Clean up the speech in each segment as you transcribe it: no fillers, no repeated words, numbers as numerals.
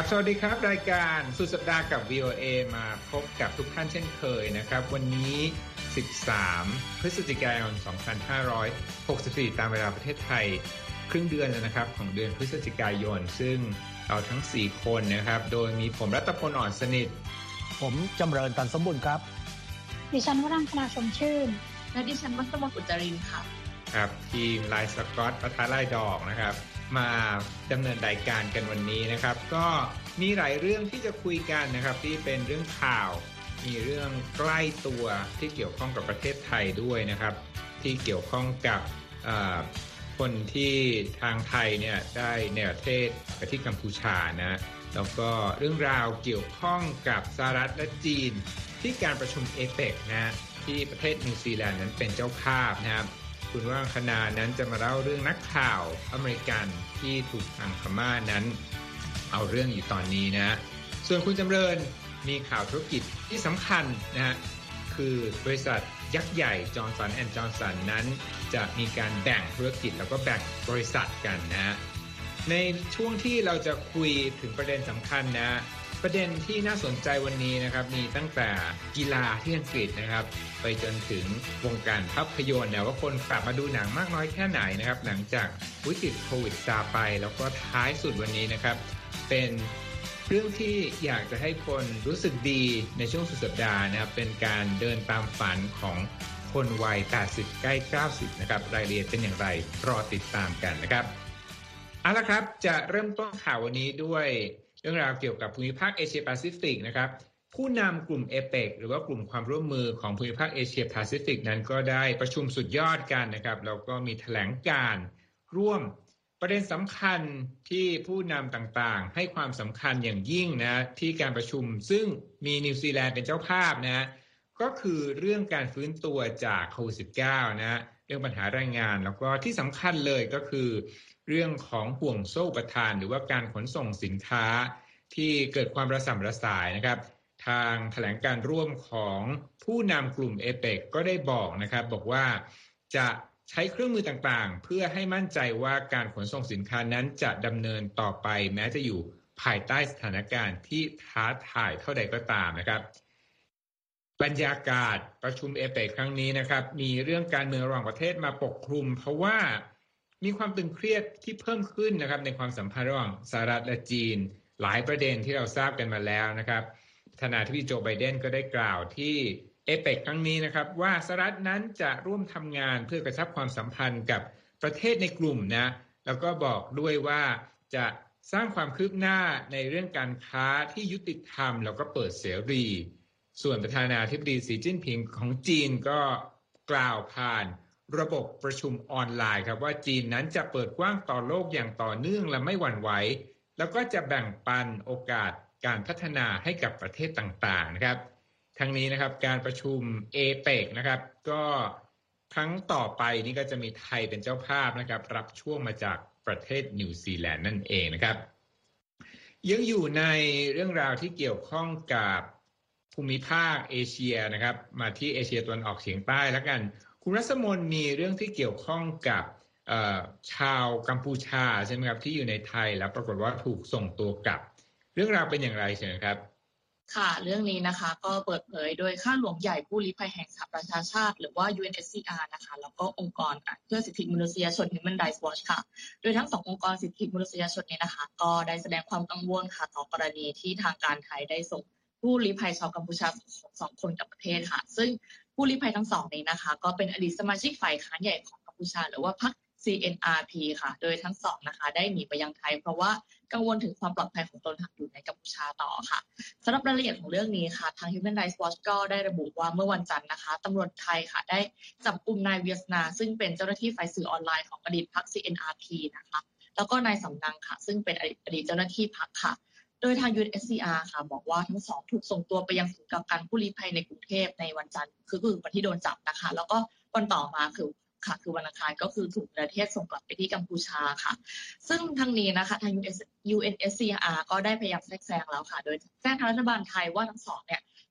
สวัสดีครับรายการสุดสัปดาห์กับ VOA มาพบกับทุกท่านเช่นเคยนะครับวันนี้13พฤศจิกายน2564ตามเวลาประเทศไทยครึ่งเดือนแล้วนะครับของเดือนพฤศจิกายนซึ่งเราทั้ง4คนนะครับโดยมีผมรัตพลอ่อนสนิทผมจำเริญตันสมบูรณ์ครับดิฉันวรังคณาชมชื่นและดิฉันวัฒนมนต์อุจจารินค่ะครับทีมลายสก๊อตปะทะลายดอกนะครับมาดำเนินรายการกันวันนี้นะครับก็มีหลายเรื่องที่จะคุยกันนะครับที่เป็นเรื่องข่าวมีเรื่องใกล้ตัวที่เกี่ยวข้องกับประเทศไทยด้วยนะครับที่เกี่ยวข้องกับคนที่ทางไทยเนี่ยได้ในประเทศไปที่กัมพูชานะแล้วก็เรื่องราวเกี่ยวข้องกับสหรัฐและจีนที่การประชุมเอเปกนะที่ประเทศนิวซีแลนด์นั้นเป็นเจ้าภาพนะครับคุณว่างคณานั้นจะมาเล่าเรื่องนักข่าวอเมริกันที่ถูกทางพม่านั้นเอาเรื่องอยู่ตอนนี้นะส่วนคุณจำเริญมีข่าวธุรกิจที่สำคัญนะฮะคือบริษัทยักษ์ใหญ่จอห์นสัน& จอห์นสันนั้นจะมีการแบ่งธุรกิจแล้วก็แบ่งบริษัทกันนะในช่วงที่เราจะคุยถึงประเด็นสำคัญนะประเด็นที่น่าสนใจวันนี้นะครับมีตั้งแต่กีฬาที่อังกฤษนะครับไปจนถึงวงการภาพยนตร์นะว่าคนกลับมาดูหนังมากน้อยแค่ไหนนะครับหลังจากวิกฤตโควิดซาไปแล้วก็ท้ายสุดวันนี้นะครับเป็นเรื่องที่อยากจะให้คนรู้สึกดีในช่วงสุดสัปดาห์นะครับเป็นการเดินตามฝันของคนวัย80ใกล้90นะครับรายละเอียดเป็นอย่างไรรอติดตามกันนะครับเอาละครับจะเริ่มต้นข่าววันนี้ด้วยเรื่องราวเกี่ยวกับภูมิภาคเอเชียแปซิฟิกนะครับผู้นำกลุ่มเอเปกหรือว่ากลุ่มความร่วมมือของภูมิภาคเอเชียแปซิฟิกนั้นก็ได้ประชุมสุดยอดกันนะครับแล้วก็มีแถลงการร่วมประเด็นสำคัญที่ผู้นำต่างๆให้ความสำคัญอย่างยิ่งนะที่การประชุมซึ่งมีนิวซีแลนด์เป็นเจ้าภาพนะก็คือเรื่องการฟื้นตัวจากโควิด -19 นะเรื่องปัญหาแรงงานแล้วก็ที่สำคัญเลยก็คือเรื่องของห่วงโซ่อุปทานหรือว่าการขนส่งสินค้าที่เกิดความระส่ำระสายนะครับทางแถลงการร่วมของผู้นำกลุ่มเอเปกก็ได้บอกนะครับบอกว่าจะใช้เครื่องมือต่างๆเพื่อให้มั่นใจว่าการขนส่งสินค้านั้นจะดำเนินต่อไปแม้จะอยู่ภายใต้สถานการณ์ที่ท้าทายเท่าใดก็ตามนะครับบรรยากาศประชุมเอเปกครั้งนี้นะครับมีเรื่องการเมืองระหว่างประเทศมาปกคลุมเพราะว่ามีความตึงเครียดที่เพิ่มขึ้นนะครับในความสัมพันธ์ระหว่างสหรัฐและจีนหลายประเด็นที่เราทราบกันมาแล้วนะครับประธานาธิบดีโจไบเดนก็ได้กล่าวที่เอเปกครั้งนี้นะครับว่าสหรัฐนั้นจะร่วมทำงานเพื่อกระชับความสัมพันธ์กับประเทศในกลุ่มนะแล้วก็บอกด้วยว่าจะสร้างความคืบหน้าในเรื่องการค้าที่ยุติธรรมแล้วก็เปิดเสรีส่วนประธานาธิบดีสีจิ้นผิงของจีนก็กล่าวผ่านระบบประชุมออนไลน์ครับว่าจีนนั้นจะเปิดกว้างต่อโลกอย่างต่อเนื่องและไม่หวั่นไหวแล้วก็จะแบ่งปันโอกาสการพัฒนาให้กับประเทศต่างๆนะครับทั้งนี้นะครับการประชุมเอเปกนะครับก็ครั้งต่อไปนี่ก็จะมีไทยเป็นเจ้าภาพนะครับรับช่วงมาจากประเทศนิวซีแลนด์นั่นเองนะครับยังอยู่ในเรื่องราวที่เกี่ยวข้องกับภูมิภาคเอเชียนะครับมาที่เอเชียตะวันออกเฉียงใต้แล้วกันคุณรัศมนมีเรื่องที่เกี่ยวข้องกับชาวกัมพูชาใช่ไหมครับที่อยู่ในไทยแล้วปรากฏว่าถูกส่งตัวกลับเรื่องราวเป็นอย่างไรเชิญครับค่ะเรื่องนี้นะคะก็เปิดเผยโดยข้าหลวงใหญ่ผู้ลี้ภัยแห่งสหประชาชาติหรือว่า UNHCR นะคะแล้วก็องค์กรเพื่อสิทธิมนุษยชน Human Rights Watch ค่ะโดยทั้งสององค์กรสิทธิมนุษยชนนี้นะคะก็ได้แสดงความกังวลค่ะต่อกรณีที่ทางการไทยได้ส่งผู้ลี้ภัยชาวกัมพูชา2 คนกลับประเทศค่ะซึ่งผู้ลี้ภัยทั้ง2นี้นะคะก็เป็นอดีตสมาชิกฝ่ายค้านใหญ่ของกัมพูชาหรือว่าพรรค CNRP ค่ะโดยทั้ง2นะคะได้หนีไปยังไทยเพราะว่ากังวลถึงความปลอดภัยของตนหากอยู่ในกัมพูชาต่อค่ะสำหรับรายละเอียดของเรื่องนี้ค่ะทาง Human Rights Watch ก็ได้ระบุว่าเมื่อวันจันทร์นะคะตำรวจไทยค่ะได้จับกุมนายเวียสนาซึ่งเป็นเจ้าหน้าที่ฝ่ายสื่อออนไลน์ของอดีตพรรค CNRP นะคะแล้วก็นายสำนังค่ะซึ่งเป็นอดีตเจ้าหน้าที่พรรคค่ะโดยทาง UNHCR ค่ะบอกว่าทั้งสองถูกส่งตัวไปยังศูนย์กักกันผู้ลี้ภัยในกรุงเทพในวันจันทร์คือวันที่โดนจับนะคะแล้วก็วันต่อมาคือวันอังคารก็คือถูกประเทศส่งกลับไปที่กัมพูชาค่ะซึ่งทั้งนี้นะคะทาง UNHCR ก็ได้พยายามแทรกแซงแล้วค่ะโดยแจ้งทางรัฐบาลไทยว่าทั้งสองเนี่ย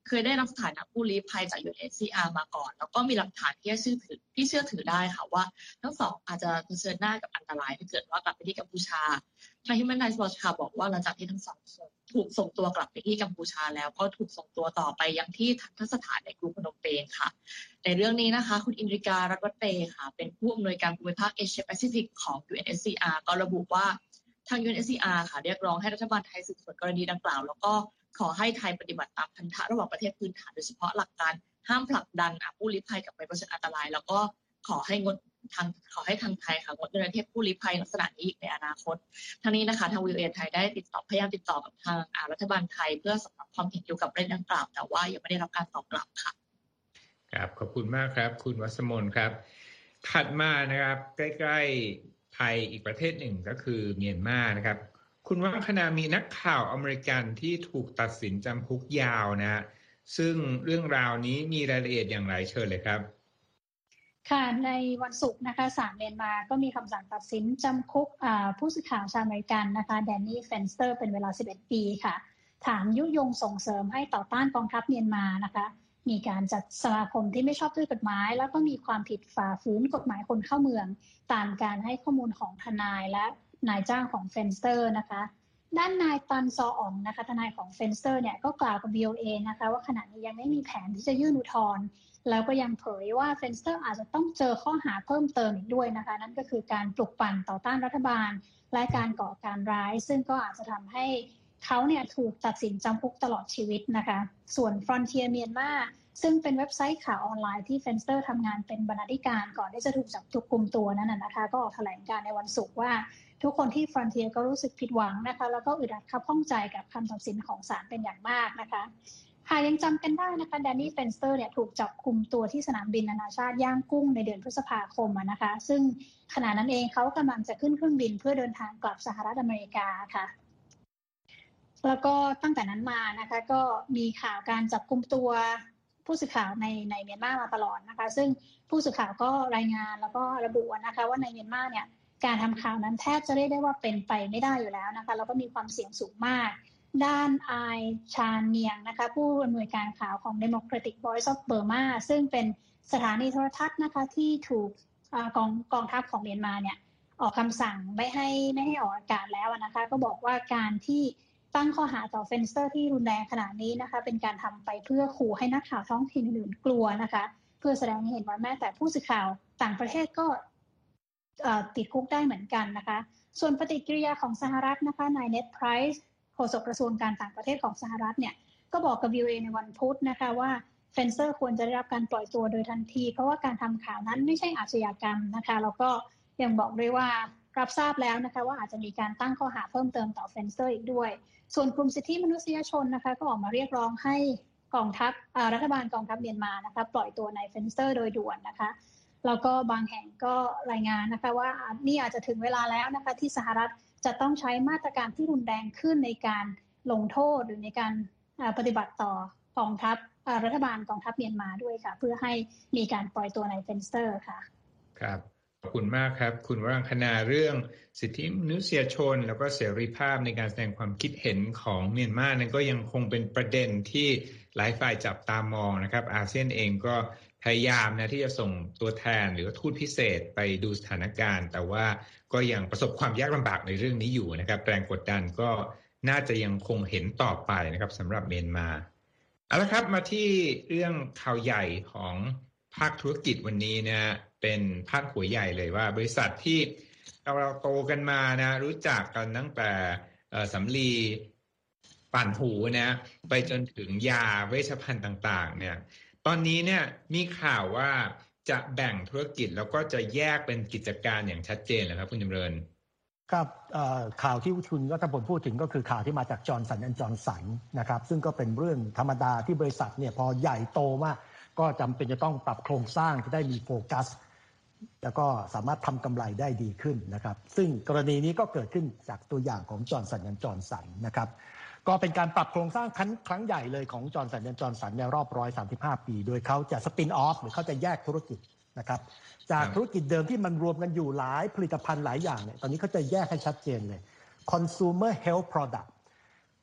เคยได้รับสถานะผู้ลี้ภัยจาก UNHCR มาก่อนแล้วก็มีหลักฐานที่เชื่อถือได้ค่ะว่าทั้งสองอาจจะเผชิญหน้ากับอันตรายถ้าเกิดว่ากลับไปที่กัมพูชาทาง Human Rights Watch ค่ะบอกว่าหลังจากที่ทั้งสองถูกส่งตัวกลับไปที่กัมพูชาแล้วก็ถูกส่งตัวต่อไปยังที่ทันตสถานในกรุงพนมเปญค่ะในเรื่องนี้นะคะคุณอินริกา รัตวัตเตค่ะเป็นผู้อำนวยการภูมิภาคเอเชียแปซิฟิกของ UNHCR ก็ระบุว่าทาง UNHCR ค่ะเรียกร้องให้รัฐบาลไทยสืบสวนกรณีดังกล่าวแล้วก็ขอให้ไทยปฏิบัติตามพันธะระหว่างประเทศพื้นฐานโดยเฉพาะหลักการห้ามผลักดันผู้ลี้ภัยกลับไปเผชิญอันตรายแล้วก็ขอให้ทางไทยค่ะงดดำเนินเทศผู้ลี้ภัยลักษณะนี้อีกในอนาคตทั้งนี้นะคะทาง VOA ไทยได้พยายามติดต่อกับทางรัฐบาลไทยเพื่อสอบถามความเห็นเกี่ยวกับเรื่องดังกล่าวแต่ว่ายังไม่ได้รับการตอบกลับค่ะครับขอบคุณมากครับคุณวัสมนครับถัดมานะครับใกล้ๆไทยอีกประเทศหนึ่งก็คือเมียนมานะครับคุณวัฒนามีนักข่าวอเมริกันที่ถูกตัดสินจำคุกยาวนะซึ่งเรื่องราวนี้มีรายละเอียดอย่างไรเชิญเลยครับค่ะในวันศุกร์นะคะศาลเมียนมาก็มีคำสั่งตัดสินจำคุกผู้สื่อข่าวชาวอเมริกันนะคะแดนนี่เฟนสเตอร์เป็นเวลา11ปีค่ะฐานยุยงส่งเสริมให้ต่อต้านกองทัพเมียนมานะคะมีการจัดสมาคมที่ไม่ชอบด้วยกฎหมายแล้วก็มีความผิดฝ่าฝืนกฎหมายคนเข้าเมืองตามการให้ข้อมูลของทนายและนายจ้างของเฟนสเตอร์นะคะด้านนายตันซออ่องนะคะทนายของเฟนสเตอร์เนี่ยก็กล่าวกับ VOA นะคะว่าขณะนี้ยังไม่มีแผนที่จะยื่นอุทธรณ์แล้วก็ยังเผยว่าเฟนสเตอร์อาจจะต้องเจอข้อหาเพิ่มเติมอีกด้วยนะคะนั่นก็คือการปลุกปั่นต่อต้านรัฐบาลและการก่อการร้ายซึ่งก็อาจจะทำให้เขาเนี่ยถูกตัดสินจำคุกตลอดชีวิตนะคะส่วน Frontier Myanmar ซึ่งเป็นเว็บไซต์ข่าวออนไลน์ที่เฟนสเตอร์ทำงานเป็นบรรณาธิการก่อนที่จะถูกจับกุมตัวนั้นนะคะก็ออกแถลงการในวันศุกร์ว่าทุกคนที่ Frontier ก็รู้สึกผิดหวังนะคะแล้วก็อึดอัดขับข้องใจกับคำตัดสินของศาลเป็นอย่างมากนะคะหากยังจำกันได้นะคะแดนนี่เฟนสเตอร์เนี่ยถูกจับกุมตัวที่สนามบินนานาชาติย่างกุ้งในเดือนพฤษภาคมนะคะซึ่งขณะนั้นเองเขากำลังจะขึ้นเครื่องบินเพื่อเดินทางกลับสหรัฐอเมริกาค่ะแล้วก็ตั้งแต่นั้นมานะคะก็มีข่าวการจับกุมตัวผู้สื่อข่าวในเมียนมามาตลอดนะคะซึ่งผู้สื่อข่าวก็รายงานแล้วก็ระบุนะคะว่าในเมียนมาเนี่ยการทำข่าวนั้นแทบจะเรียกได้ว่าเป็นไปไม่ได้อยู่แล้วนะคะแล้วก็มีความเสี่ยงสูงมากด้านไอชานเนียงนะคะผู้อำนวยการข่าวของ Democratic Voice of Burma ซึ่งเป็นสถานีโทรทัศน์นะคะที่ถูกกองทัพของเมียนมาเนี่ยออกคำสั่งไม่ให้ออกอากาศแล้วนะคะก็บอกว่าการที่ตั้งข้อหาต่อเฟนสเตอร์ที่รุนแรงขนาดนี้นะคะเป็นการทำไปเพื่อขู่ให้นักข่าวท้องถิ่นอื่นกลัวนะคะเพื่อแสดงให้เห็นว่าแม้แต่ผู้สื่อข่าวต่างประเทศก็ติดคุกได้เหมือนกันนะคะส่วนปฏิกิริยาของสหรัฐนะคะนายเน็ตไพรส์โฆษกกระทรวงการต่างประเทศของสหรัฐเนี่ยก็บอกกับ VOA ในวันพุธนะคะว่าเฟนสเตอร์ควรจะได้รับการปล่อยตัวโดยทันทีเพราะว่าการทำข่าวนั้นไม่ใช่อาชญากรรมนะคะแล้วก็ยังบอกด้วยว่ารับทราบแล้วนะคะว่าอาจจะมีการตั้งข้อหาเพิ่มเติมต่อเฟนสเตอร์อีกด้วยส่วนกลุ่มสิทธิมนุษยชนนะคะก็ออกมาเรียกร้องให้กองทัพรัฐบาลกองทัพเมียนมานะคะปล่อยตัวนายเฟนสเตอร์โดยด่วนนะคะแล้วก็บางแห่งก็รายงานนะคะว่านี่อาจจะถึงเวลาแล้วนะคะที่สหรัฐจะต้องใช้มาตรการที่รุนแรงขึ้นในการลงโทษหรือในการปฏิบัติต่อกองทัพรัฐบาลกองทัพเมียนมาด้วยค่ะเพื่อให้มีการปล่อยตัวนายเฟนสเตอร์ค่ะครับขอบคุณมากครับคุณวรังคณาเรื่องสิทธิมนุษยชนแล้วก็เสรีภาพในการแสดงความคิดเห็นของเมียนมานั้นก็ยังคงเป็นประเด็นที่หลายฝ่ายจับตามองนะครับอาเซียนเองก็พยายามนะที่จะส่งตัวแทนหรือทูตพิเศษไปดูสถานการณ์แต่ว่าก็ยังประสบความยากลำบากในเรื่องนี้อยู่นะครับแรงกดดันก็น่าจะยังคงเห็นต่อไปนะครับสำหรับเมียนมาเอาละครับมาที่เรื่องข่าวใหญ่ของภาคธุรกิจวันนี้นะเป็นภาคหัวใหญ่เลยว่าบริษัทที่เราโตกันมานะรู้จักกันตั้งแต่สำลีปั่นหูนะไปจนถึงยาเวชภัณฑ์ต่างๆเนี่ยตอนนี้เนี่ยมีข่าวว่าจะแบ่งธุรกิจแล้วก็จะแยกเป็นกิจการอย่างชัดเจนเลยครับคุณจำเริญครับข่าวที่คุณรัฐพลพูดถึงก็คือข่าวที่มาจากจอห์นสันแอนด์จอห์นสันนะครับซึ่งก็เป็นเรื่องธรรมดาที่บริษัทเนี่ยพอใหญ่โตมากก็จำเป็นจะต้องปรับโครงสร้างที่ได้มีโฟกัสแล้วก็สามารถทำกำไรได้ดีขึ้นนะครับซึ่งกรณีนี้ก็เกิดขึ้นจากตัวอย่างของจอห์นสันแอนด์จอห์นสันนะครับก็เป็นการปรับโครงสร้างครั้งใหญ่เลยของจอห์นสันแอนด์จอห์นสันในรอบ135 ปีโดยเขาจะสปินออฟหรือเขาจะแยกธุรกิจนะครับจากธุรกิจเดิมที่มันรวมกันอยู่หลายผลิตภัณฑ์หลายอย่างเนี่ยตอนนี้เขาจะแยกให้ชัดเจนเลย consumer health product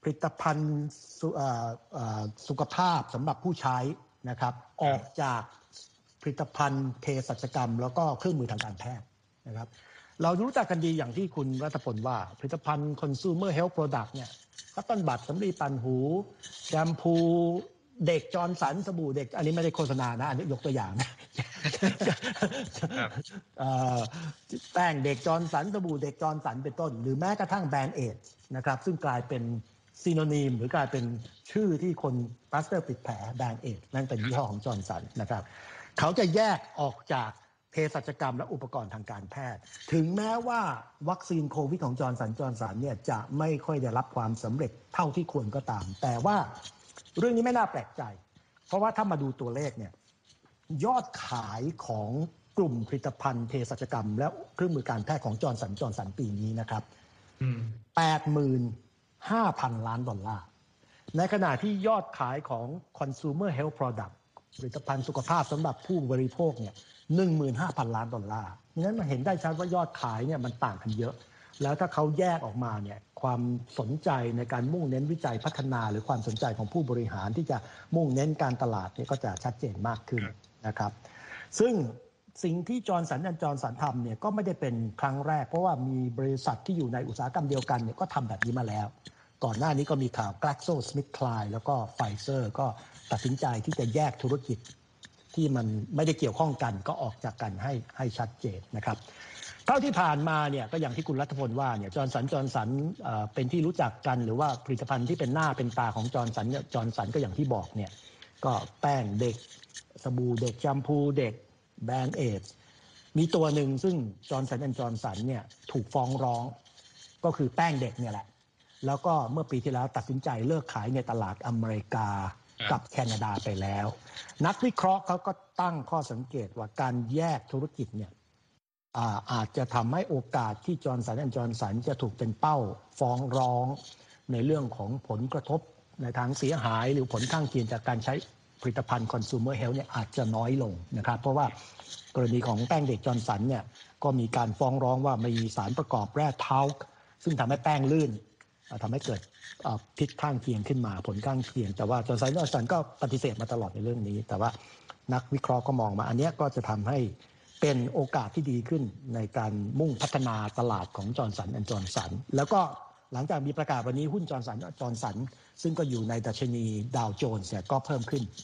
ผลิตภัณฑ์สุขภาพสำหรับผู้ใช้นะครับออกจากผลิตภัณฑ์เภสัชกรรมแล้วก็เครื่องมือทางการแพทย์นะครับเรารู้จักกันดีอย่างที่คุณรัตพลว่าผลิตภัณฑ์ consumer health product เนี่ยคัตตอนบัดสำลีปั่นหูแชมพูเด็กจอร์นสันสบู่เด็กอันนี้ไม่ได้โฆษณานะอันนี้ยกตัวอย่างนะแป้งเด็กจอร์นสันสบู่เด็กจอร์นสันเป็นต้นหรือแม้กระทั่งแบรนด์เอดนะครับซึ่งกลายเป็นซีโนนีมหรือกลายเป็นชื่อที่คนพลาสเตอร์ปิดแผลแบรนด์เอดนั่นเป็นยี่ห้อของจอร์นสันนะครับเขาจะแยกออกจากเภสัชกรรมและอุปกรณ์ทางการแพทย์ถึงแม้ว่าวัคซีนโควิดของจอร์นสันเนี่ยจะไม่ค่อยได้รับความสำเร็จเท่าที่ควรก็ตามแต่ว่าเรื่องนี้ไม่น่าแปลกใจเพราะว่าถ้ามาดูตัวเลขเนี่ยยอดขายของกลุ่มผลิตภัณฑ์เภสัชกรรมและเครื่องมือการแพทย์ของจอร์นสันปีนี้นะครับ 85,000 ล้านดอลลาร์ในขณะที่ยอดขายของ consumer health product ผลิตภัณฑ์สุขภาพสำหรับผู้บริโภคเนี่ย 15,000 ล้านดอลลาร์นั้นมันเห็นได้ชัดว่ายอดขายเนี่ยมันต่างกันเยอะแล้วถ้าเขาแยกออกมาเนี่ยความสนใจในการมุ่งเน้นวิจัยพัฒนาหรือความสนใจของผู้บริหารที่จะมุ่งเน้นการตลาดเนี่ยก็จะชัดเจนมากขึ้นนะครับซึ่งสิ่งที่จอร์นสันทำเนี่ยก็ไม่ได้เป็นครั้งแรกเพราะว่ามีบริษัทที่อยู่ในอุตสาหกรรมเดียวกันเนี่ยก็ทำแบบนี้มาแล้วก่อนหน้านี้ก็มีข่าว GlaxoSmithKline แล้วก็ Pfizer ก็ตัดสินใจที่จะแยกธุรกิจที่มันไม่ได้เกี่ยวข้องกันก็ออกจากกันให้ชัดเจนนะครับเท่าที่ผ่านมาเนี่ยก็อย่างที่คุณรัฐพลว่าเนี่ยจอร์นสันเป็นที่รู้จักกันหรือว่าผลิตภัณฑ์ที่เป็นหน้าเป็นตาของจอร์นสันก็อย่างที่บอกเนี่ยก็แป้งเด็กสบู่เด็กแชมพูเด็กแบรนด์เอดมีตัวหนึ่งซึ่งจอร์นสันเนี่ยถูกฟ้องร้องก็คือแป้งเด็กเนี่ยแหละแล้วก็เมื่อปีที่แล้วตัดสินใจเลิกขายในตลาดอเมริกากับแคนาดาไปแล้วนักวิเคราะห์เขาก็ตั้งข้อสังเกตว่าการแยกธุรกิจเนี่ยอาจจะทำให้โอกาสที่จอร์นสันจะถูกเป็นเป้าฟ้องร้องในเรื่องของผลกระทบในทางเสียหายหรือผลข้างเคียงจากการใช้ผลิตภัณฑ์ consumer health เนี่ยอาจจะน้อยลงนะครับเพราะว่ากรณีของแป้งเด็กจอร์นสันเนี่ยก็มีการฟ้องร้องว่ามีสารประกอบแร่เทาล์ซึ่งทำให้แป้งลื่นทำให้เกิดพิษข้างเคียงขึ้นมาผลข้างเคียงแต่ว่าจอร์นสันก็ปฏิเสธมาตลอดในเรื่องนี้แต่ว่านักวิเคราะห์ก็มองมาอันนี้ก็จะทำให้เป็นโอกาสที่ดีขึ้นในการมุ่งพัฒนาตลาดของจอร์นสันแล้วก็หลังจากมีประกาศวันนี้หุ้นจอร์นสันซึ่งก็อยู่ในดัชนีดาวโจนส์เนี่ยก็เพิ่มขึ้น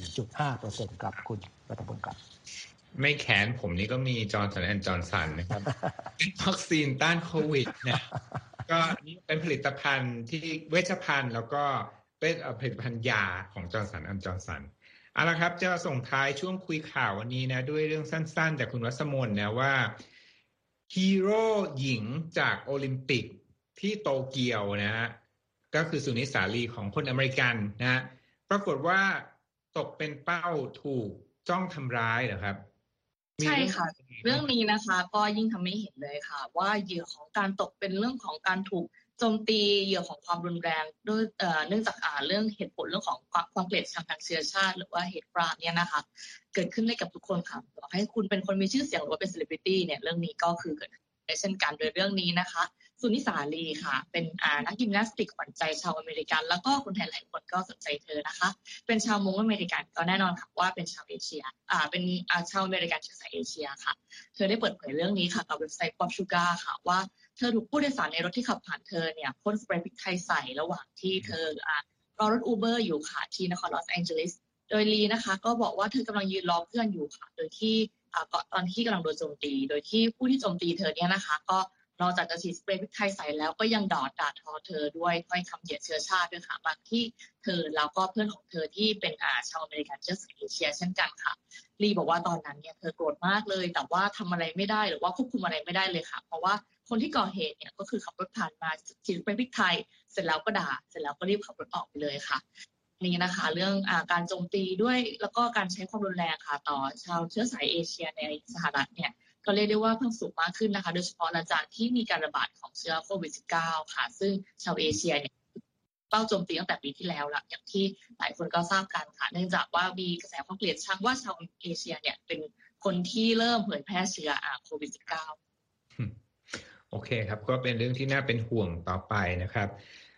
1.5% ครับคุณรัตพลครับไม่แขนผมนี่ก็มีจอร์นสันนะครับ เป็นวัคซีนต้านโควิดนะก็นี่เป็นผลิตภัณฑ์ที่เวชภัณฑ์แล้วก็เป็นผลิตภัณฑ์ยาของจอร์นสันเอาละครับจะส่งท้ายช่วงคุยข่าววันนี้นะด้วยเรื่องสั้นๆจากคุณวัสมนนะว่าฮีโร่หญิงจากโอลิมปิกที่โตเกียวนะฮะก็คือสุนิสาลีของคนอเมริกันนะปรากฏว่าตกเป็นเป้าถูกจ้องทำร้ายเหรอครับใช่ค่ะเรื่องนี้นะคะก็ยิ่งทำให้เห็นเลยค่ะว่าเหยื่อของการตกเป็นเรื่องของการถูกโจมตีเหยื่อของความรุนแรงด้วยเนื่องจากเรื่องเหตุผลเรื่องของความเกลียดชังทางเชื้อชาติหรือว่าเหตุกราดเนี่ยนะคะเกิดขึ้นได้กับทุกคนค่ะต่อให้คุณเป็นคนมีชื่อเสียงหรือว่าเป็นเซเลบริตี้เนี่ยเรื่องนี้ก็คือเกิดเช่นกันโดยเรื่องนี้นะคะสุนิสาลีค่ะเป็นนักยิมนาสติกขวัญใจชาวอเมริกันแล้วก็คนไทยหลายคนก็สนใจเธอนะคะเป็นชาวมงอเมริกันก็แน่นอนค่ะว่าเป็นชาวเอเชียเป็นชาวอเมริกันเชื้อสายเอเชียค่ะเธอได้เปิดเผยเรื่องนี้ค่ะกับเว็บไซต์ Pop Sugar ค่ะว่าเธอถูกผู้โดยสารในรถที่ขับผ่านเธอเนี่ยพ่นสเปรย์พริกไทยใส่ระหว่างที่เธอรอรถอูเบอร์อยู่ค่ะที่นครลอสแองเจลิสโดยลีนะคะก็บอกว่าเธอกำลังยืนรอเพื่อนอยู่ค่ะโดยที่ตอนที่กำลังโดนโจมตีโดยที่ผู้ที่โจมตีเธอเนี่ยนะคะก็นอกจากจะฉีดสเปรย์พริกไทยใส่แล้วก็ยังด่าทอเธอด้วยถ้อยคำเหยียดเชื้อชาติด้วยค่ะบางที่เธอแล้วก็เพื่อนของเธอที่เป็นชาวอเมริกันเชื้อสายเอเชียเช่นกันค่ะลีบอกว่าตอนนั้นเนี่ยเธอโกรธมากเลยแต่ว่าทำอะไรไม่ได้หรือว่าควบคุมอะไรไม่ได้เลยค่ะเพราะว่าคนที่ก่อเหตุเนี่ยก็คือขับรถผ่านมาฉีดสเปรย์พริกไทยเสร็จแล้วก็ด่าเสร็จแล้วก็รีบขับรถออกไปเลยค่ะนี่นะคะเรื่องการโจมตีด้วยแล้วก็การใช้ความรุนแรงค่ะต่อชาวเชื้อสายเอเชียในสหรัฐเนี่ยก็เรียกได้ว่าเพิ่มสูงมากขึ้นนะคะโดยเฉพาะหลังจากที่มีการระบาดของเชื้อโควิด -19 ค่ะซึ่งชาวเอเชียเนี่ยเป้าโจมตีตั้งแต่ปีที่แล้วละอย่างที่หลายคนก็ทราบกันค่ะเนื่องจากว่ามีกระแสความเกลียดชังว่าชาวเอเชียเนี่ยเป็นคนที่เริ่มเผยแพร่เชื้อโควิด -19 โอเคครับก็เป็นเรื่องที่น่าเป็นห่วงต่อไปนะครับ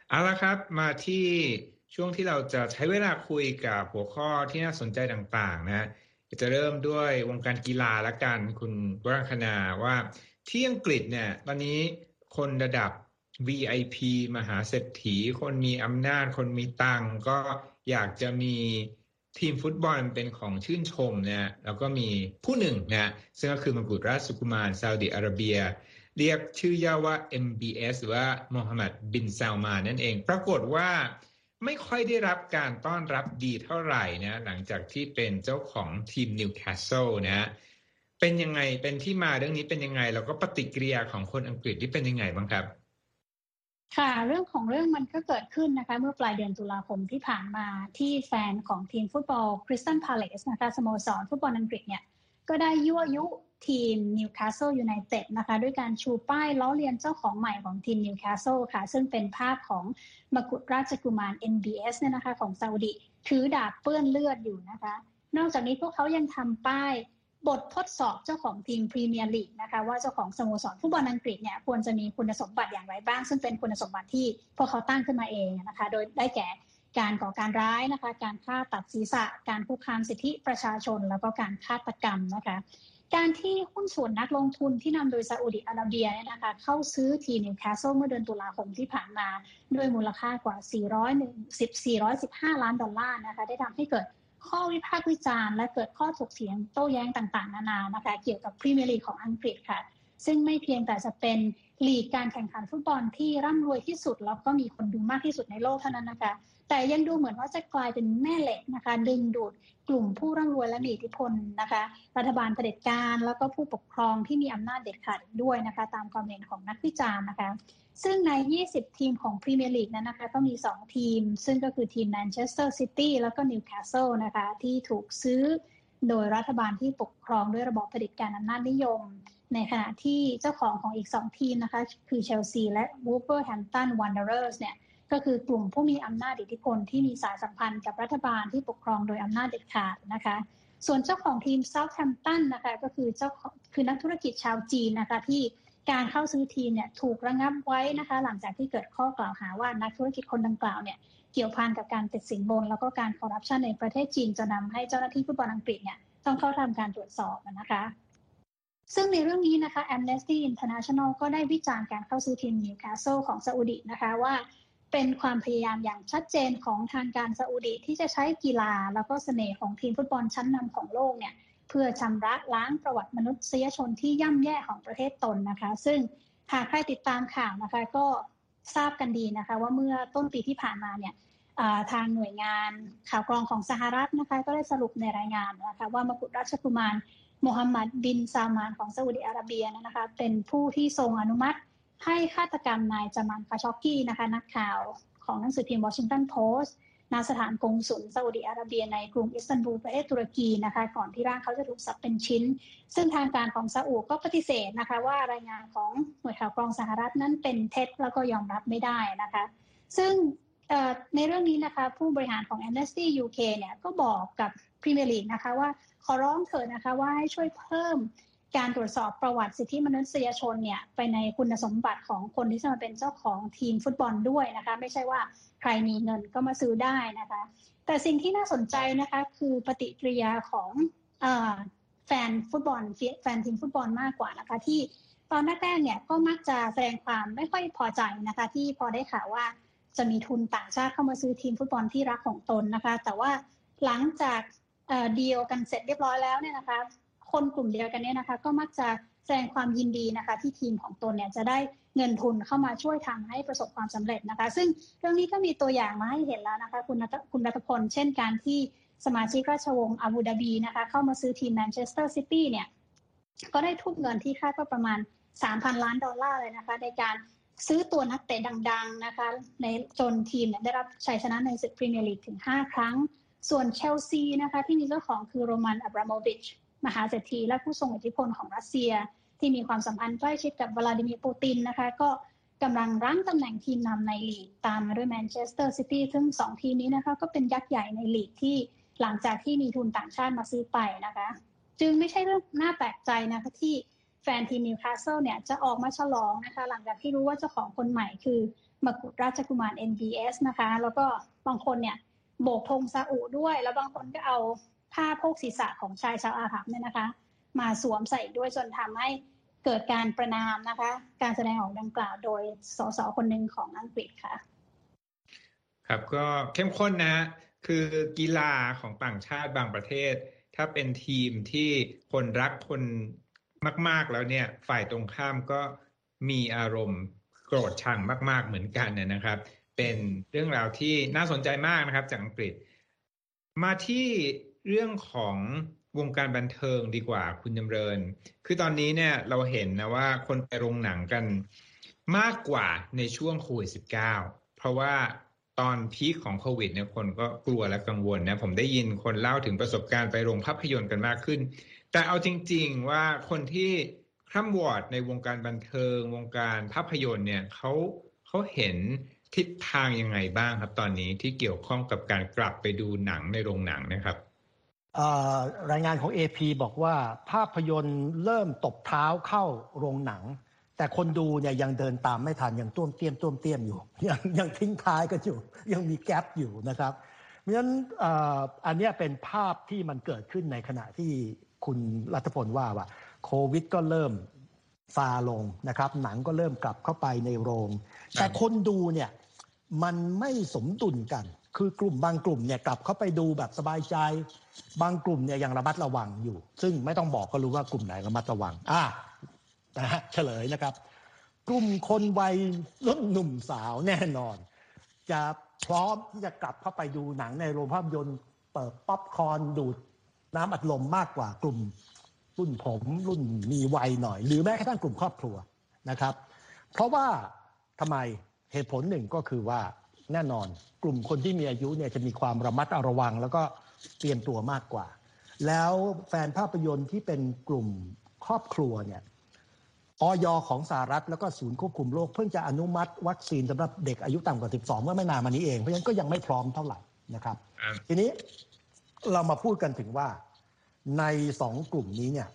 เอาละครับมาที่ช่วงที่เราจะใช้เวลาคุยกับหัวข้อที่น่าสนใจต่างๆนะจะเริ่มด้วยวงการกีฬาละกันคุณวรังคณาว่าที่อังกฤษเนี่ยตอนนี้คนระดับ VIP มหาเศรษฐีคนมีอำนาจคนมีตังก็อยากจะมีทีมฟุตบอลเป็นของชื่นชมนะแล้วก็มีผู้หนึ่งนะซึ่งก็คือมกุฎราชกุมารซาอุดิอาระเบียเรียกชื่อย่อว่า MBS หรือว่าโมฮัมหมัดบินซาลมานนั่นเองปรากฏว่าไม่ค่อยได้รับการต้อนรับดีเท่าไหร่นะหลังจากที่เป็นเจ้าของทีมนิวคาสเซิลนะเป็นยังไงเป็นที่มาเรื่องนี้เป็นยังไงแล้วก็ปฏิกิริยาของคนอังกฤษที่เป็นยังไงบ้างครับค่ะเรื่องของเรื่องมันก็เกิดขึ้นนะคะเมื่อปลายเดือนตุลาคมที่ผ่านมาที่แฟนของทีมฟุตบอลคริสตัลพาเลซนะคะสโมสรฟุตบอลอังกฤษเนี่ยก็ได้ยั่วยุทีมนิวคาสเซิลยูไนเต็ดนะคะด้วยการชูป้ายล้อเลียนเจ้าของใหม่ของทีมนิวคาสเซิลค่ะซึ่งเป็นภาพของมกุฎราชกุมาร MBS เนี่ยนะคะของซาอุดิถือดาบเปื้อนเลือดอยู่นะคะนอกจากนี้พวกเขายังทำป้ายบททดสอบเจ้าของทีมพรีเมียร์ลีกนะคะว่าเจ้าของสโมสรฟุตบอลอังกฤษเนี่ยควรจะมีคุณสมบัติอย่างไรบ้างซึ่งเป็นคุณสมบัติที่พวกเขาตั้งขึ้นมาเองนะคะโดยได้แก่การก่อการร้ายนะคะการฆ่าตัดศีรษะการคุกคามสิทธิประชาชนแล้วก็การฆาตกรรมนะคะการที่หุ้นส่วนนักลงทุนที่นำโดยซาอุดิอาระเบียเนี่ยนะคะเข้าซื้อทีมนิวคาสเซิลเมื่อเดือนตุลาคมที่ผ่านมาด้วยมูลค่ากว่า415 ล้านดอลลาร์นะคะได้ทำให้เกิดข้อวิพากษ์วิจารณ์และเกิดข้อถกเถียงโต้แย้งต่างๆนานานะคะเกี่ยวกับพรีเมียร์ลีกของอังกฤษค่ะซึ่งไม่เพียงแต่จะเป็นลีกการแข่งขันฟุตบอลที่ร่ำรวยที่สุดแล้วก็มีคนดูมากที่สุดในโลกเท่านั้นนะคะแต่ยังดูเหมือนว่าจะกลายเป็นแม่เหล็กนะคะดึงดูดกลุ่มผู้ร่ำรวยและมีอิทธิพลนะคะรัฐบาลเผด็จการแล้วก็ผู้ปกครองที่มีอำนาจเด็ดขาดด้วยนะคะตามความเห็นของนักวิจารณ์นะคะซึ่งใน20ทีมของพรีเมียร์ลีกนั้นนะคะก็มี2ทีมซึ่งก็คือทีมแมนเชสเตอร์ซิตี้แล้วก็นิวคาสเซิลนะคะที่ถูกซื้อโดยรัฐบาลที่ปกครองด้วยระบอบเผด็จการอำนาจนิยมในขณะที่เจ้าของอีก2ทีมนะคะคือเชลซีและวูล์ฟเวอร์แฮมป์ตันวันเดอเรอร์สเนี่ยก็คือกลุ่มผู้มีอำนาจอิทธิพลที่มีสายสัมพันธ์กับรัฐบาลที่ปกครองโดยอำนาจเด็ดขาดนะคะส่วนเจ้าของทีมเซาท์แฮมป์ตันนะคะก็คือนักธุรกิจชาวจีนนะคะที่การเข้าซื้อทีมเนี่ยถูกระงับไว้นะคะหลังจากที่เกิดข้อกล่าวหาว่านักธุรกิจคนดังกล่าวเนี่ยเกี่ยวพันกับการติดสินบนแล้วก็การคอร์รัปชันในประเทศจีนจะนำให้เจ้าหน้าที่ฟุตบอลอังกฤษเนี่ยต้องเข้าทำการตรวจสอบนะคะซึ่งในเรื่องนี้นะคะ Amnesty International ก็ได้วิจารณ์การเข้าซื้อทีมนิวคาสเซิลของซาอุดินะคะว่าเป็นความพยายามอย่างชัดเจนของทางการซาอุดิที่จะใช้กีฬาแล้วก็เสน่ห์ของทีมฟุตบอลชั้นนำของโลกเนี่ยเพื่อชำระล้างประวัติมนุษยชนที่ย่ำแย่ของประเทศตนนะคะซึ่งหากใครติดตามข่าวนะคะก็ทราบกันดีนะคะว่าเมื่อต้นปีที่ผ่านมาเนี่ยทางหน่วยงานข่าวกรองของสหรัฐนะคะก็ได้สรุปในรายงานนะคะว่ามกุฎราชกุมารโมฮัมหมัดบินซาลมานของซาอุดิอาระเบียนะคะเป็นผู้ที่ทรงอนุมัติให้ฆาตกรรมนายจามานคาช็อกกี้นะคะนักข่าวของหนังสือพิมพ์วอชิงตันโพสต์ณสถานกงสุลซาอุดิอาระเบียในกรุงอิสตันบูลประเทศตุรกีนะคะก่อนที่ร่างเขาจะถูกสับเป็นชิ้นซึ่งทางการของซาอุก็ปฏิเสธนะคะว่ารายงานของหน่วยข่าวกรองสหรัฐนั้นเป็นเท็จแล้วก็ยอมรับไม่ได้นะคะซึ่งในเรื่องนี้นะคะผู้บริหารของ Amnesty UK เนี่ยก็บอกกับพรีเมียร์ลีกนะคะว่าขอร้องเถิดนะคะว่าให้ช่วยเพิ่มการตรวจสอบประวัติสิทธิมนุษยชนเนี่ยไปในคุณสมบัติของคนที่จะมาเป็นเจ้าของทีมฟุตบอลด้วยนะคะไม่ใช่ว่าใครมีเงินก็มาซื้อได้นะคะแต่สิ่งที่น่าสนใจนะคะคือปฏิกิริยาของแฟนฟุตบอลแฟนทีมฟุตบอลมากกว่านะคะที่ตอนแรกๆเนี่ยก็มักจะแสดงความไม่ค่อยพอใจนะคะที่พอได้ข่าวว่าจะมีทุนต่างชาติเข้ามาซื้อทีมฟุตบอลที่รักของตนนะคะแต่ว่าหลังจากดีลกันเสร็จเรียบร้อยแล้วเนี่ยนะคะคนกลุ่มเดียวกันเนี่ยนะคะก็มักจะแสดงความยินดีนะคะที่ทีมของตนเนี่ยจะได้เงินทุนเข้ามาช่วยทำให้ประสบความสำเร็จนะคะซึ่งเรื่องนี้ก็มีตัวอย่างมาให้เห็นแล้วนะคะคุณรัตพลเช่นการที่สมาชิกราชวงศ์อาบูดาบีนะคะเข้ามาซื้อทีมแมนเชสเตอร์ซิตี้เนี่ยก็ได้ทุ่มเงินที่คาดว่าประมาณ 3,000 ล้านดอลลาร์เลยนะคะในการซื้อตัวนักเตะดังๆนะคะในจนทีมเนี่ยได้รับชัยชนะในศึกพรีเมียร์ลีกถึง5ครั้งส่วนเชลซีนะคะที่มีเจ้าของคือโรมันอับราโมวิชมหาเศรษฐีและผู้ทรงอิทธิพลของรัสเซียที่มีความสัมพันธ์ใกล้ชิดกับวลาดิเมียร์ปูตินนะคะก็กำลังรั้งตำแหน่งทีมนำในลีกตามมาด้วยแมนเชสเตอร์ซิตี้ซึ่ง2ทีมนี้นะคะก็เป็นยักษ์ใหญ่ในลีกที่หลังจากที่มีทุนต่างชาติมาซื้อไปนะคะจึงไม่ใช่เรื่องน่าแปลกใจนะคะที่แฟนทีมนิวคาสเซิลเนี่ยจะออกมาฉลองนะคะหลังจากที่รู้ว่าเจ้าของคนใหม่คือมกุฎราชกุมาร NBS นะคะแล้วก็บางคนเนี่ยโบกธงซาอุด้วยแล้วบางคนก็เอาผ้าโพกศีรษะของชายชาวอาหรับเนี่ยนะคะมาสวมใส่ด้วยจนทำให้เกิดการประณามนะคะการแสดงออกดังกล่าวโดยสสคนหนึ่งของอังกฤษค่ะครับก็เข้มข้นนะคือกีฬาของต่างชาติบางประเทศถ้าเป็นทีมที่คนรักคนมากๆแล้วเนี่ยฝ่ายตรงข้ามก็มีอารมณ์โกรธชังมากๆเหมือนกันนะครับเป็นเรื่องราวที่น่าสนใจมากนะครับจากอังกฤษมาที่เรื่องของวงการบันเทิงดีกว่าคุณจำเริญคือตอนนี้เนี่ยเราเห็นนะว่าคนไปโรงหนังกันมากกว่าในช่วงโควิด -19 เพราะว่าตอนพีคของโควิดเนี่ยคนก็กลัวและกังวลนะผมได้ยินคนเล่าถึงประสบการณ์ไปโรงภาพยนตร์กันมากขึ้นแต่เอาจริงๆว่าคนที่คร่ำวอร์ดในวงการบันเทิงวงการภาพยนตร์เนี่ยเขาเห็นทิศทางยังไงบ้างครับตอนนี้ที่เกี่ยวข้องกับการกลับไปดูหนังในโรงหนังนะครับรายงานของ AP บอกว่าภาพยนตร์เริ่มตบเท้าเข้าโรงหนังแต่คนดูเนี่ยยังเดินตามไม่ทันยังต้วมเตี้ยมอยู่ยังทิ้งท้ายกันอยู่ยังมีแกปอยู่นะครับเพราะฉะนั้นอันนี้เป็นภาพที่มันเกิดขึ้นในขณะที่คุณรัฐพลว่าโควิดก็เริ่มซาลงนะครับหนังก็เริ่มกลับเข้าไปในโรงแต่คนดูเนี่ยมันไม่สมดุลกันคือกลุ่มบางกลุ่มเนี่ยกลับเข้าไปดูแบบสบายใจบางกลุ่มเนี่ยยังระมัดระวังอยู่ซึ่งไม่ต้องบอกก็รู้ว่ากลุ่มไหนระมัดระวังนะฮะเฉลยนะครับกลุ่มคนวัยรุ่นหนุ่มสาวแน่นอนจะพร้อมที่จะกลับเข้าไปดูหนังในโรงภาพยนตร์เปิดป๊อปคอร์นดูดน้ำอัดลมมากกว่ากลุ่มรุ่นผมรุ่นมีวัยหน่อยหรือแม้กระทั่งกลุ่มครอบครัวนะครับเพราะว่าทำไมเหตุผลหนึ่งก็คือว่าแน่นอนกลุ่มคนที่มีอายุเนี่ยจะมีความระมัดระวังแล้วก็เตรียมตัวมากกว่าแล้วแฟนภาพยนตร์ที่เป็นกลุ่มครอบครัวเนี่ยอย.ของสหรัฐแล้วก็ศูนย์ควบคุมโรคเพิ่งจะอนุมัติวัคซีนสำหรับเด็กอายุต่ำกว่า12เมื่อไม่นานมานี้เองเพราะฉะนั้นก็ยังไม่พร้อมเท่าไหร่นะครับทีนี้เรามาพูดกันถึงว่าใน2กลุ่มนี้เนี่ย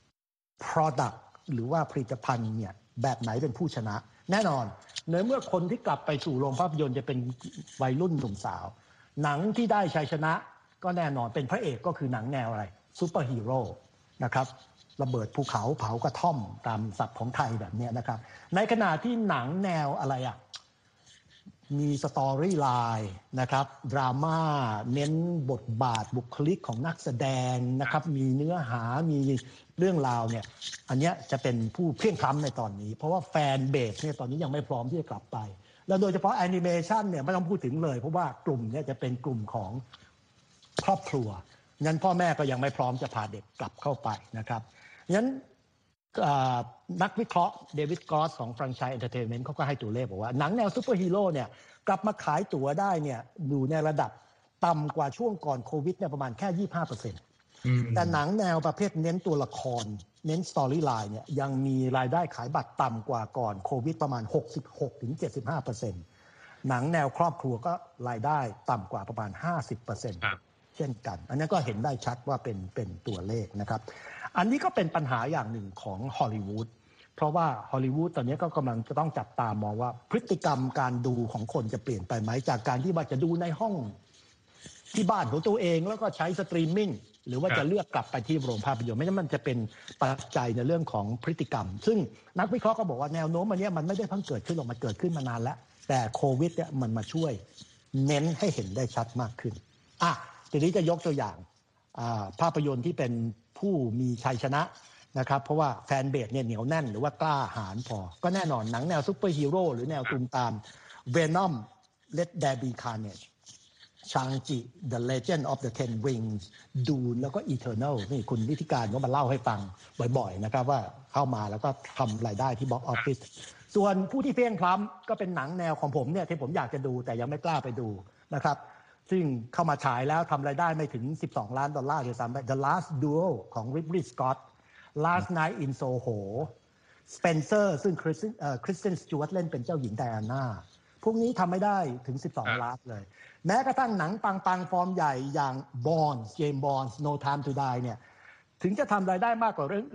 product หรือว่าผลิตภัณฑ์เนี่ยแบบไหนเป็นผู้ชนะแน่นอนในเมื่อคนที่กลับไปสู่โรงภาพยนตร์จะเป็นวัยรุ่นหนุ่มสาวหนังที่ได้ชัยชนะก็แน่นอนเป็นพระเอกก็คือหนังแนวอะไรซูเปอร์ฮีโร่นะครับระเบิดภูเขาเผากระท่อมตามศัพท์ของไทยแบบนี้นะครับในขณะที่หนังแนวอะไรมีสตอรี่ไลน์นะครับดราม่าเน้นบทบาทบุคลิกของนักแสดงนะครับมีเนื้อหามีเรื่องราวเนี่ยอันนี้จะเป็นผู้เพลี่ยงพล้ำในตอนนี้เพราะว่าแฟนเบสเนี่ยตอนนี้ยังไม่พร้อมที่จะกลับไปแล้วโดยเฉพาะแอนิเมชันเนี่ยไม่ต้องพูดถึงเลยเพราะว่ากลุ่มนี้จะเป็นกลุ่มของครอบครัวงั้นพ่อแม่ก็ยังไม่พร้อมจะพาเด็กกลับเข้าไปนะครับงั้นนักวิเคราะห์เดวิดกรอสของฟรังไชส์เอนเตอร์เทนเมนต์เขาก็ให้ตัวเลขบอกว่าหนังแนวซูเปอร์ฮีโร่เนี่ยกลับมาขายตั๋วได้เนี่ยอยู่ในระดับต่ำกว่าช่วงก่อนโควิดเนี่ยประมาณแค่ 25% แต่หนังแนวประเภทเน้นตัวละครเน้นสตอรี่ไลน์เนี่ยยังมีรายได้ขายบัตรต่ำกว่าก่อนโควิดประมาณ 66-75% หนังแนวครอบครัวก็รายได้ต่ำกว่าประมาณ 50% เช่นกันอันนี้ก็เห็นได้ชัดว่าเป็นตัวเลขนะครับอันนี้ก็เป็นปัญหาอย่างหนึ่งของฮอลลีวูดเพราะว่าฮอลลีวูดตอนนี้ก็กำลังจะต้องจับตามองว่าพฤติกรรมการดูของคนจะเปลี่ยนไปไหมจากการที่ว่าจะดูในห้องที่บ้านของตัวเองแล้วก็ใช้สตรีมมิ่งหรือว่าจะเลือกกลับไปที่โรงภาพยนตร์ไม่งั้นมันจะเป็นปัจจัยในเรื่องของพฤติกรรมซึ่งนักวิเคราะห์ก็บอกว่าแนวโน้มอันนี้มันไม่ได้เพิ่งเกิดขึ้นหรอกมันเกิดขึ้นมานานแล้วแต่โควิดเนี่ยมันมาช่วยเน้นให้เห็นได้ชัดมากขึ้นทีนี้จะยกตัวอย่างภาพยนตร์ที่เป็นผู้มีชัยชนะนะครับเพราะว่าแฟนเบสเนี่ยเหนียวแน่นหรือว่ากล้าหาญพอก็แน่นอนหนังแนวซุปเปอร์ฮีโร่หรือแนวตูมตาม Venom Let There Be Carnage Shang-Chi The Legend of the Ten Rings Dune แล้วก็ Eternal นี่คุณนิติการก็มาเล่าให้ฟังบ่อยๆนะครับว่าเข้ามาแล้วก็ทำรายได้ที่ Box Office ส่วนผู้ที่เพียงพล้ำก็เป็นหนังแนวของผมเนี่ยที่ผมอยากจะดูแต่ยังไม่กล้าไปดูนะครับซึ่งเข้ามาฉายแล้วทำรายได้ไม่ถึง$12 ล้านเลยซ้ำไป The Last Duel ของ Ridley Scott Last Night in Soho Spencer ซึ่งKristen Stewart เล่นเป็นเจ้าหญิงไดอาน่าพวกนี้ทำไม่ได้ถึง12 ล้านเลยแม้กระทั่งหนังปังฟอร์มใหญ่อย่าง James Bond No Time to Die เนี่ยถึงจะทำรายได้มากกว่าเรื่องอื่นเนี่ย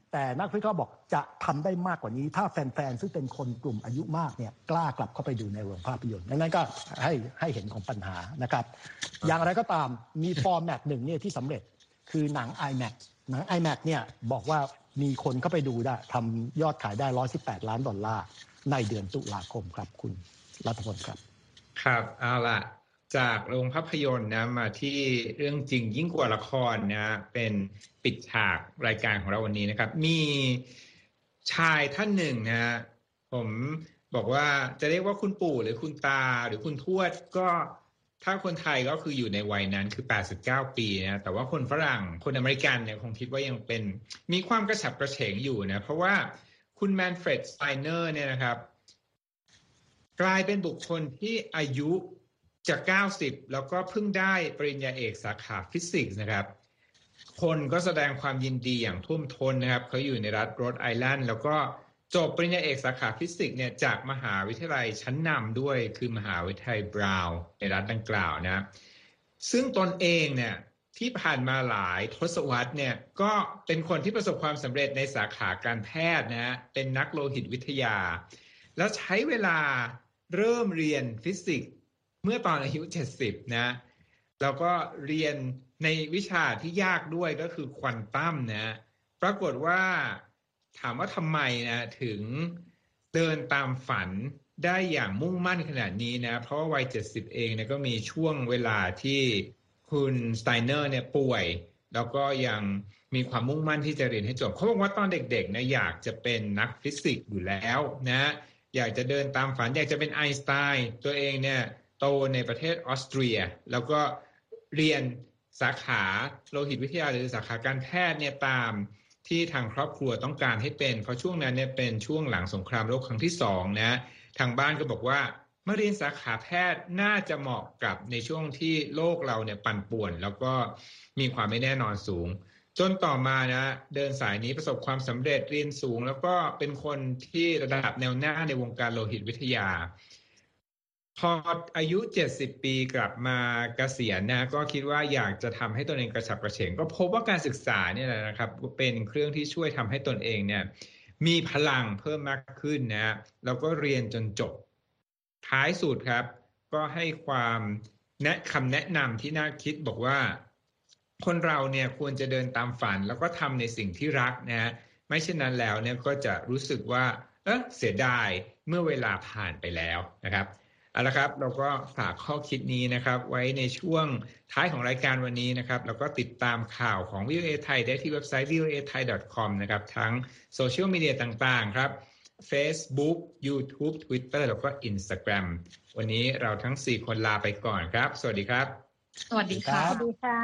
แต่นักวิเคราะห์บอกจะทำได้มากกว่านี้ถ้าแฟนๆซึ่งเป็นคนกลุ่มอายุมากเนี่ยกล้ากลับเข้าไปดูในโรงภาพยนตร์ดังนั้นก็ให้เห็นของปัญหานะครับอย่างไรก็ตามมีฟอร์แมตหนึ่งเนี่ยที่สำเร็จคือหนัง IMAX หนัง IMAX เนี่ยบอกว่ามีคนเข้าไปดูได้ทำยอดขายได้$118 ล้านในเดือนตุลาคมครับคุณรัฐพลครับครับเอาล่ะจากโรงภาพยนตร์นะมาที่เรื่องจริงยิ่งกว่าละครนะเป็นปิดฉากรายการของเราวันนี้นะครับมีชายท่านหนึ่งนะผมบอกว่าจะเรียกว่าคุณปู่หรือคุณตาหรือคุณทวดก็ถ้าคนไทยก็คืออยู่ในวัยนั้นคือ89ปีนะแต่ว่าคนฝรั่งคนอเมริกันเนี่ยคงคิดว่ายังเป็นมีความกระฉับกระเฉงอยู่นะเพราะว่าคุณแมนเฟรด สไตเนอร์เนี่ยนะครับกลายเป็นบุคคลที่อายุจะ90แล้วก็เพิ่งได้ปริญญาเอกสาขาฟิสิกส์นะครับคนก็แสดงความยินดีอย่างท่วมท้นนะครับเขาอยู่ในรัฐโรดไอแลนด์แล้วก็จบปริญญาเอกสาขาฟิสิกส์เนี่ยจากมหาวิทยาลัยชั้นนำด้วยคือมหาวิทยาลัยบราวน์ในรัฐดังกล่าวนะซึ่งตนเองเนี่ยที่ผ่านมาหลายทศวรรษเนี่ยก็เป็นคนที่ประสบความสำเร็จในสาขาการแพทย์นะเป็นนักโลหิตวิทยาแล้วใช้เวลาเริ่มเรียนฟิสิกส์เมื่อตอนอายุ70นะแล้วก็เรียนในวิชาที่ยากด้วยก็คือควอนตัมนะปรากฏว่าถามว่าทำไมนะถึงเดินตามฝันได้อย่างมุ่งมั่นขนาดนี้นะเพราะว่าวัย70เองเนี่ยก็มีช่วงเวลาที่คุณสไตเนอร์เนี่ยป่วยแล้วก็ยังมีความมุ่งมั่นที่จะเรียนให้จบเขาบอกว่าตอนเด็กๆนะอยากจะเป็นนักฟิสิกส์อยู่แล้วนะอยากจะเดินตามฝันอยากจะเป็นไอน์สไตน์ตัวเองเนี่ยโตในประเทศออสเตรียแล้วก็เรียนสาขาโลหิตวิทยาหรือสาขาการแพทย์เนี่ยตามที่ทางครอบครัวต้องการให้เป็นเพราะช่วงนั้นเนี่ยเป็นช่วงหลังสงครามโลกครั้งที่2นะทางบ้านก็บอกว่ามาเรียนสาขาแพทย์น่าจะเหมาะกับในช่วงที่โลกเราเนี่ยปั่นป่วนแล้วก็มีความไม่แน่นอนสูงจนต่อมานะเดินสายนี้ประสบความสำเร็จเรียนสูงแล้วก็เป็นคนที่ระดับแนวหน้าในวงการโลหิตวิทยาพออายุ70ปีกลับมาเกษียณนะก็คิดว่าอยากจะทำให้ตนเองกระฉับกระเฉงก็พบว่าการศึกษาเนี่ยนะครับเป็นเครื่องที่ช่วยทำให้ตนเองเนี่ยมีพลังเพิ่มมากขึ้นนะแล้วก็เรียนจนจบท้ายสุดครับก็ให้ความคำแนะนำที่น่าคิดบอกว่าคนเราเนี่ยควรจะเดินตามฝันแล้วก็ทำในสิ่งที่รักนะไม่เช่นนั้นแล้วเนี่ยก็จะรู้สึกว่าเสียดายเมื่อเวลาผ่านไปแล้วนะครับเอาละครับเราก็ฝากข้อคิดนี้นะครับไว้ในช่วงท้ายของรายการวันนี้นะครับแล้วก็ติดตามข่าวของ VOA ไทยได้ที่เว็บไซต์ voathai.com นะครับทั้งโซเชียลมีเดียต่างๆครับ Facebook YouTube Twitter แล้วก็ Instagram วันนี้เราทั้ง4คนลาไปก่อนครับสวัสดีครับสวัสดีค่ะสวัสดีค่ะ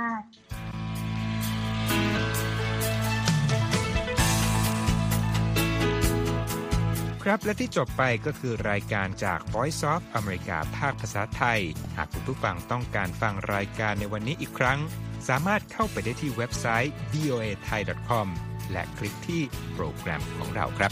ครับและที่จบไปก็คือรายการจาก Voice of America ภาคภาษาไทยหากคุณผู้ฟังต้องการฟังรายการในวันนี้อีกครั้งสามารถเข้าไปได้ที่เว็บไซต์ voathai.com และคลิกที่โปรแกรมของเราครับ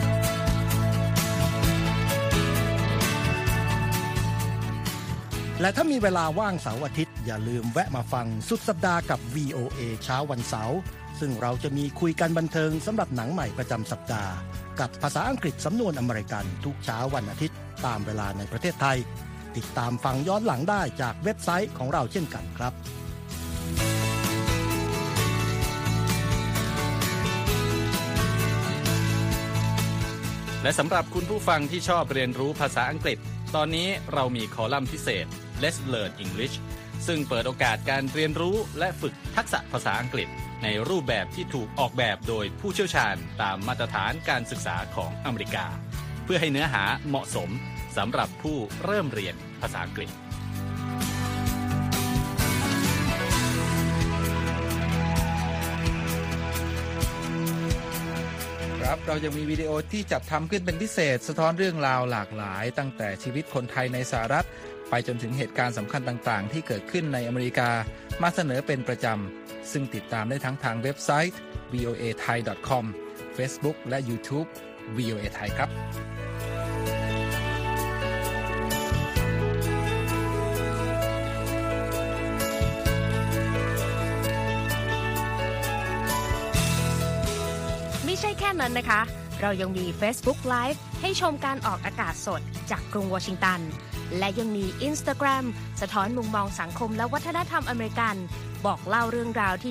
และถ้ามีเวลาว่างเสาร์อาทิตย์อย่าลืมแวะมาฟังสุดสัปดาห์กับ VOA เช้าวันเสาร์ซึ่งเราจะมีคุยกันบันเทิงสำหรับหนังใหม่ประจำสัปดาห์กับภาษาอังกฤษสำนวนอเมริกันทุกเช้าวันอาทิตย์ตามเวลาในประเทศไทยติดตามฟังย้อนหลังได้จากเว็บไซต์ของเราเช่นกันครับและสำหรับคุณผู้ฟังที่ชอบเรียนรู้ภาษาอังกฤษตอนนี้เรามีคอลัมน์พิเศษ Let's Learn English ซึ่งเปิดโอกาสการเรียนรู้และฝึกทักษะภาษาอังกฤษในรูปแบบที่ถูกออกแบบโดยผู้เชี่ยวชาญตามมาตรฐานการศึกษาของอเมริกาเพื่อให้เนื้อหาเหมาะสมสำหรับผู้เริ่มเรียนภาษาอังกฤษครับเรายังมีวิดีโอที่จัดทำขึ้นเป็นพิเศษสะท้อนเรื่องราวหลากหลายตั้งแต่ชีวิตคนไทยในสหรัฐไปจนถึงเหตุการณ์สำคัญต่างๆที่เกิดขึ้นในอเมริกามาเสนอเป็นประจำซึ่งติดตามได้ทั้งทางเว็บไซต์ voathai.com Facebook และ YouTube VOA Thai ครับใช่แค่นั้นนะคะเรายังมี Facebook Live ให้ชมการออกอากาศสดจากกรุงวอชิงตันและยังมี Instagram สะท้อนมุมมองสังคมและวัฒนธรรมอเมริกันบอกเล่าเรื่องราวที่